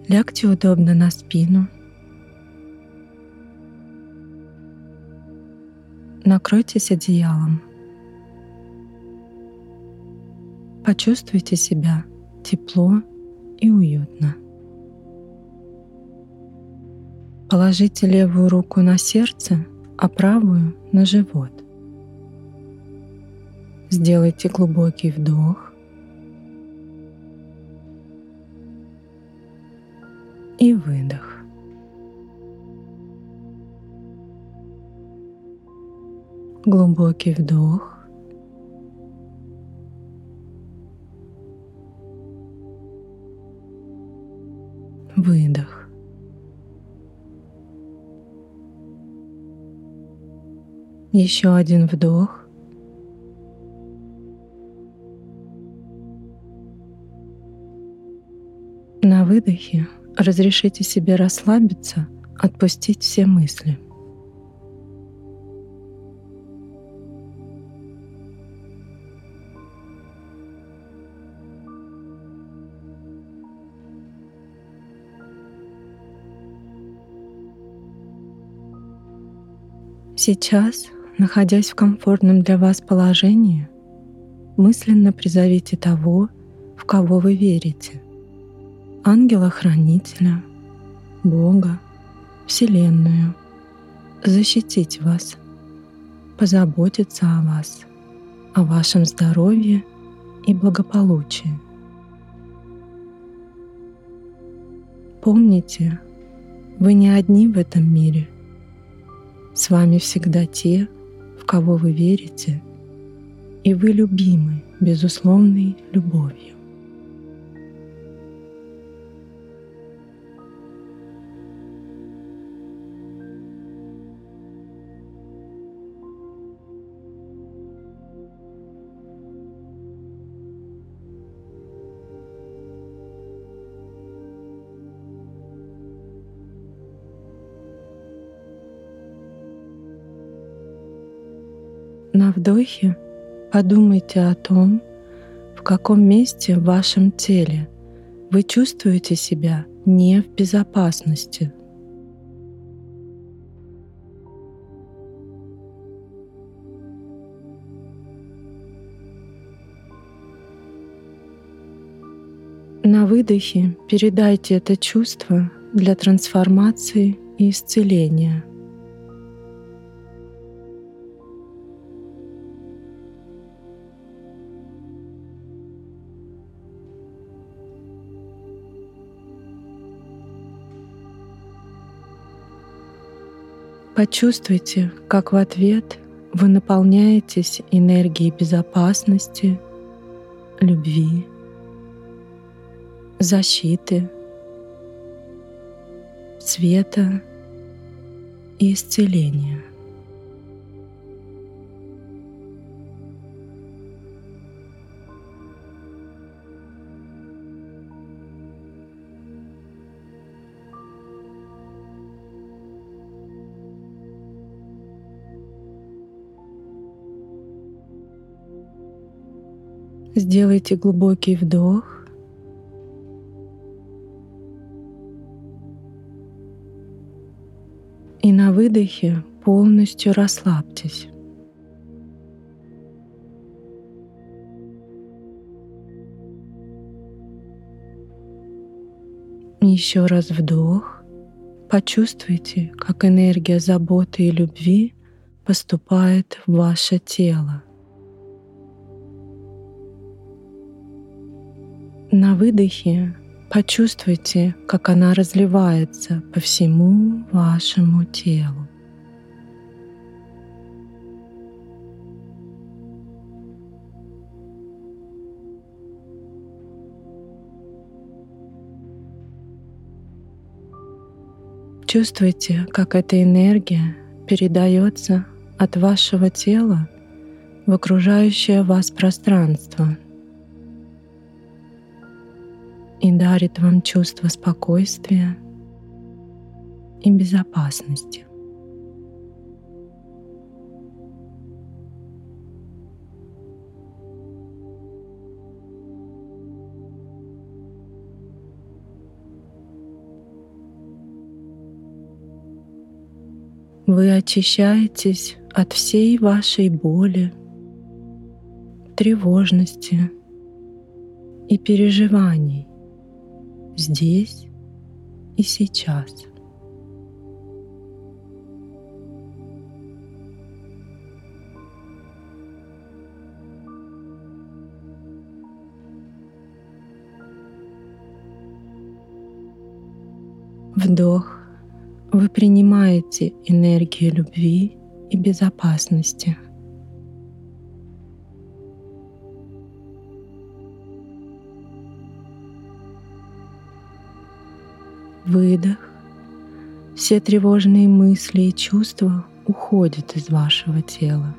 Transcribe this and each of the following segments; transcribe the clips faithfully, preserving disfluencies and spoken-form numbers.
Лягте удобно на спину. Накройтесь одеялом. Почувствуйте себя тепло и уютно. Положите левую руку на сердце, а правую на живот. Сделайте глубокий вдох и выдох. Глубокий вдох выдох. Еще один вдох. На выдохе разрешите себе расслабиться, отпустить все мысли. Сейчас, находясь в комфортном для вас положении, мысленно призовите того, в кого вы верите. Ангела-хранителя, Бога, Вселенную, защитить вас, позаботиться о вас, о вашем здоровье и благополучии. Помните, вы не одни в этом мире. С вами всегда те, в кого вы верите, и вы любимы безусловной любовью. На вдохе подумайте о том, в каком месте в вашем теле вы чувствуете себя не в безопасности. На выдохе передайте это чувство для трансформации и исцеления. Почувствуйте, как в ответ вы наполняетесь энергией безопасности, любви, защиты, света и исцеления. Сделайте глубокий вдох и на выдохе полностью расслабьтесь. Еще раз вдох. Почувствуйте, как энергия заботы и любви поступает в ваше тело. На выдохе почувствуйте, как она разливается по всему вашему телу. Чувствуйте, как эта энергия передается от вашего тела в окружающее вас пространство и дарит вам чувство спокойствия и безопасности. Вы очищаетесь от всей вашей боли, тревожности и переживаний здесь и сейчас. Вдох. Вы принимаете энергию любви и безопасности. Выдох. Все тревожные мысли и чувства уходят из вашего тела.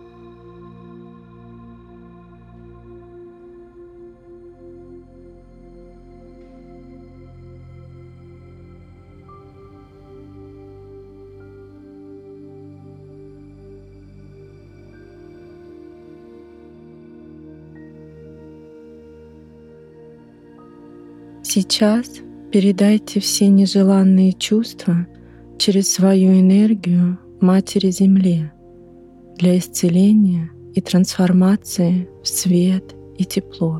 Сейчас передайте все нежеланные чувства через свою энергию Матери Земле для исцеления и трансформации в свет и тепло.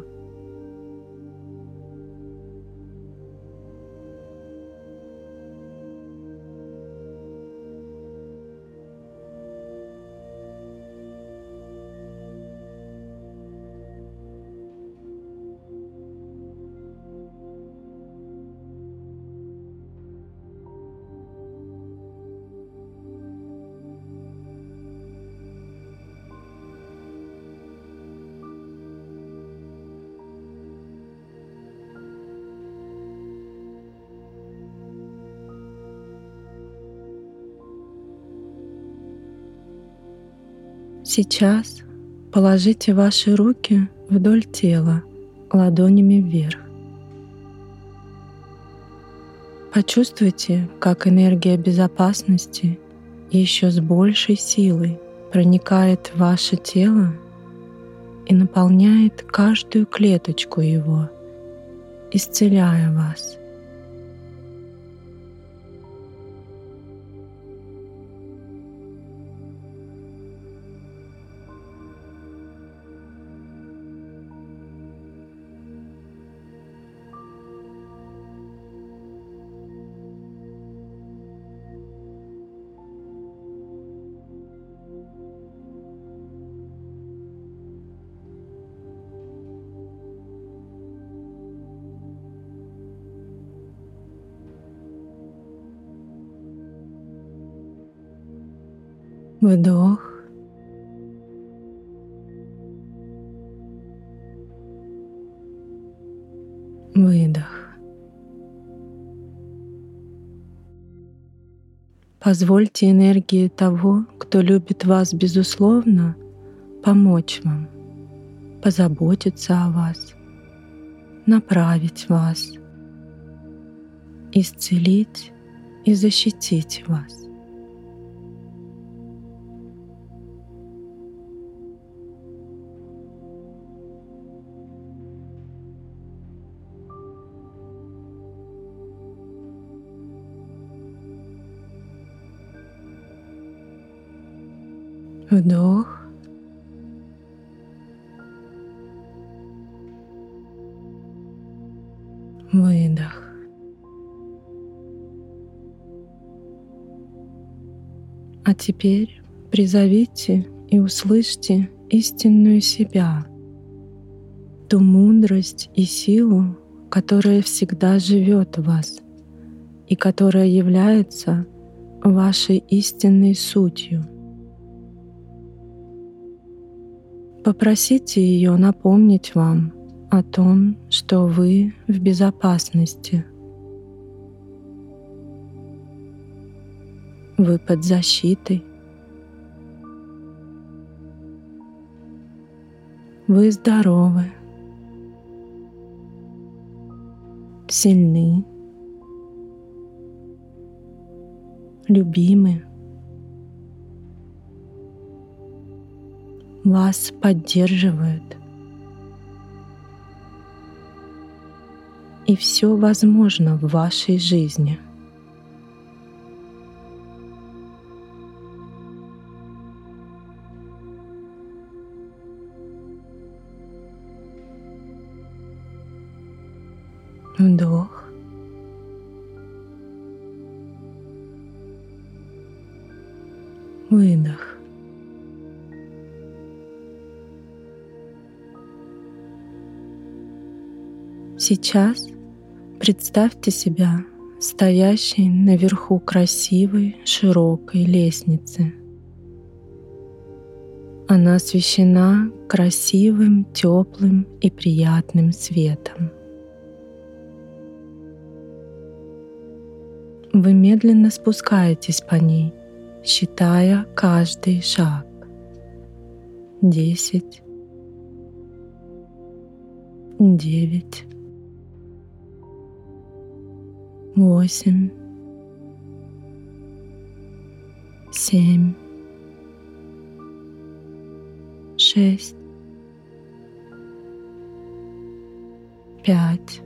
Сейчас положите ваши руки вдоль тела, ладонями вверх. Почувствуйте, как энергия безопасности еще с большей силой проникает в ваше тело и наполняет каждую клеточку его, исцеляя вас. Вдох. Выдох. Позвольте энергии того, кто любит вас безусловно, помочь вам, позаботиться о вас, направить вас, исцелить и защитить вас. Вдох. Выдох. А теперь призовите и услышьте истинную себя, ту мудрость и силу, которая всегда живет в вас и которая является вашей истинной сутью. Попросите ее напомнить вам о том, что вы в безопасности. Вы под защитой. Вы здоровы, сильны, любимы. Вас поддерживают. И все возможно в вашей жизни. Вдох. Выдох. Сейчас представьте себя стоящей наверху красивой широкой лестницы. Она освещена красивым, теплым и приятным светом. Вы медленно спускаетесь по ней, считая каждый шаг. Десять, девять, восемь, семь, шесть, пять,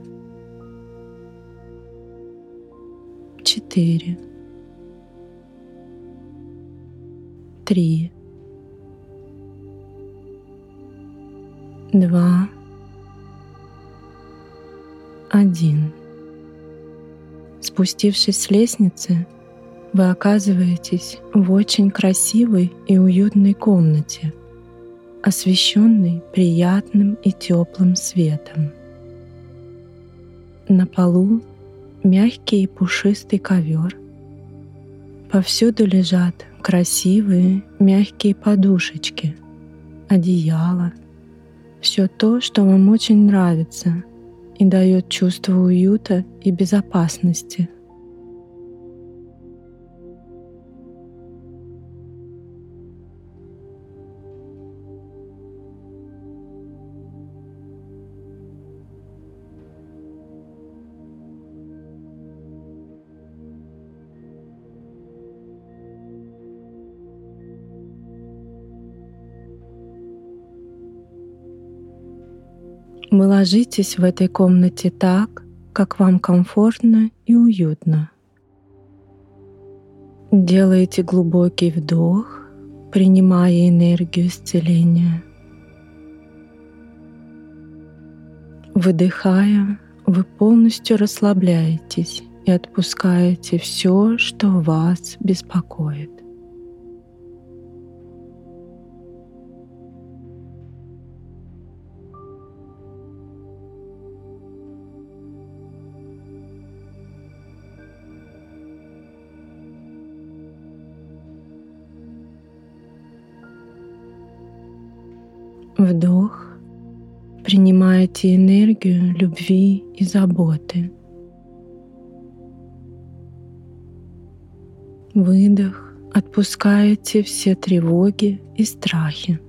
четыре, три, два, один. Спустившись с лестницы, вы оказываетесь в очень красивой и уютной комнате, освещенной приятным и теплым светом. На полу мягкий и пушистый ковер. Повсюду лежат красивые мягкие подушечки, одеяло. Все то, что вам очень нравится и дает чувство уюта и безопасности. Вы ложитесь в этой комнате так, как вам комфортно и уютно. Делаете глубокий вдох, принимая энергию исцеления. Выдыхая, вы полностью расслабляетесь и отпускаете все, что вас беспокоит. Вдох. Принимаете энергию любви и заботы. Выдох. Отпускаете все тревоги и страхи.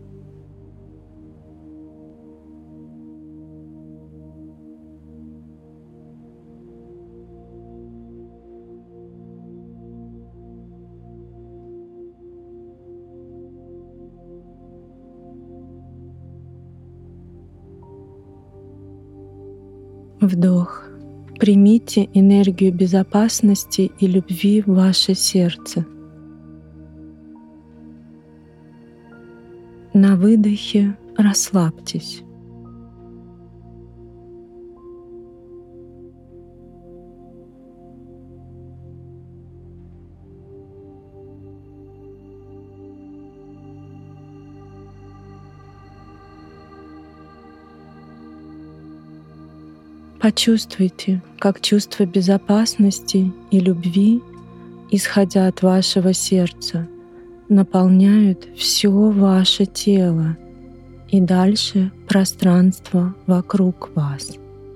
Вдох. Примите энергию безопасности и любви в ваше сердце. На выдохе расслабьтесь. Почувствуйте, как чувство безопасности и любви, исходя от вашего сердца, наполняют все ваше тело и дальше пространство вокруг вас.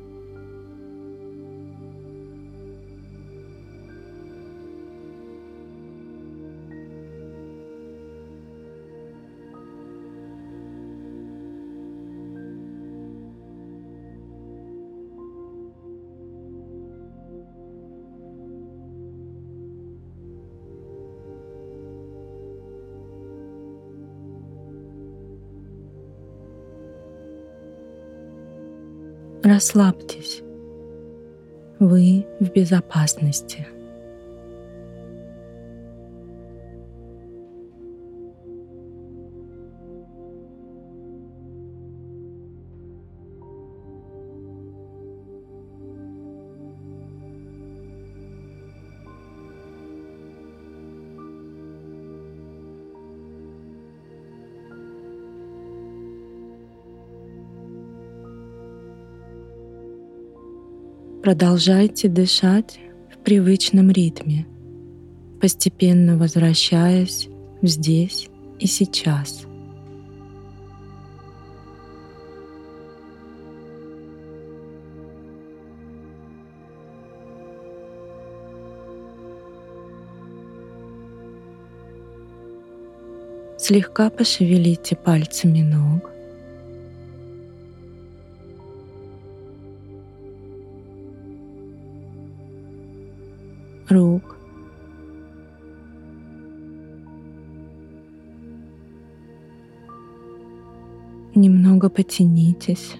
Расслабьтесь. Вы в безопасности. Продолжайте дышать в привычном ритме, постепенно возвращаясь в здесь и сейчас. Слегка пошевелите пальцами ног. Рук. Немного потянитесь.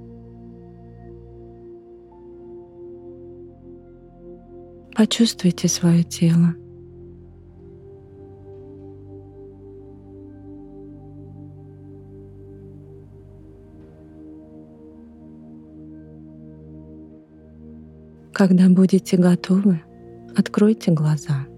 Почувствуйте свое тело. Когда будете готовы, откройте глаза.